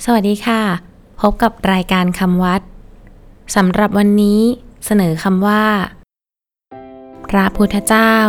สวัสดีค่ะพบกับรายการคำวัดสำหรับวันนี้เสนอคำว่าพระพุทธเจ้า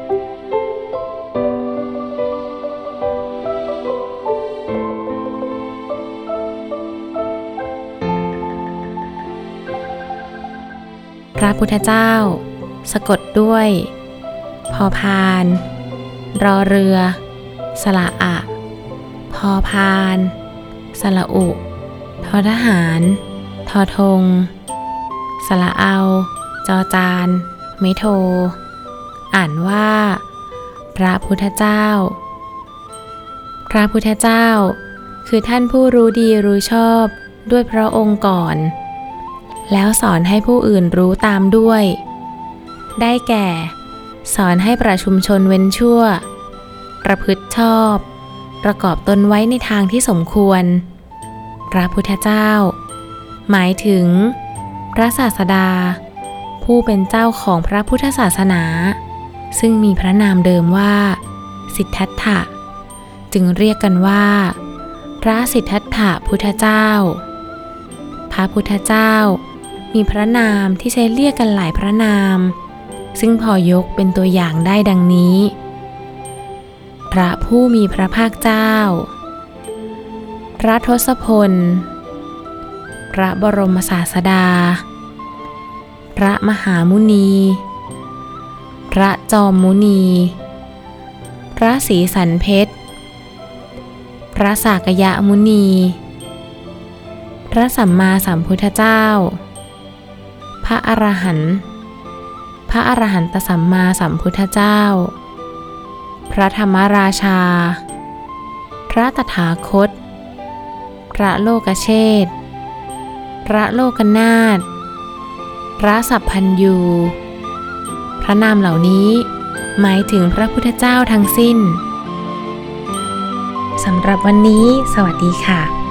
พระพุทธเจ้าสะกดด้วยพอพานรอเรือสระอะพอพานสระอุทอทหารทอธงสระเอาจอจานไม่โทอ่านว่าพระพุทธเจ้าพระพุทธเจ้าคือท่านผู้รู้ดีรู้ชอบด้วยพระองค์ก่อนแล้วสอนให้ผู้อื่นรู้ตามด้วยได้แก่สอนให้ประชุมชนเว้นชั่วประพฤติชอบประกอบตนไว้ในทางที่สมควรพระพุทธเจ้าหมายถึงพระศาสดาผู้เป็นเจ้าของพระพุทธศาสนาซึ่งมีพระนามเดิมว่าสิทธัตถะจึงเรียกกันว่าพระสิทธัตถะพุทธเจ้าพระพุทธเจ้ามีพระนามที่ใช้เรียกกันหลายพระนามซึ่งพอยกเป็นตัวอย่างได้ดังนี้พระผู้มีพระภาคเจ้าพระทศพลพระบรมศาสดาพระมหามุนีพระจอมมุนีพระศรีสันเพชรพระสากยมุนีพระสัมมาสัมพุทธเจ้าพระอรหันตสัมมาสัมพุทธเจ้าพระธรรมราชาพระตถาคตพระโลกเชษฐ์พระโลกนาถพระสัพพัญญูพระนามเหล่านี้หมายถึงพระพุทธเจ้าทั้งสิ้นสำหรับวันนี้สวัสดีค่ะ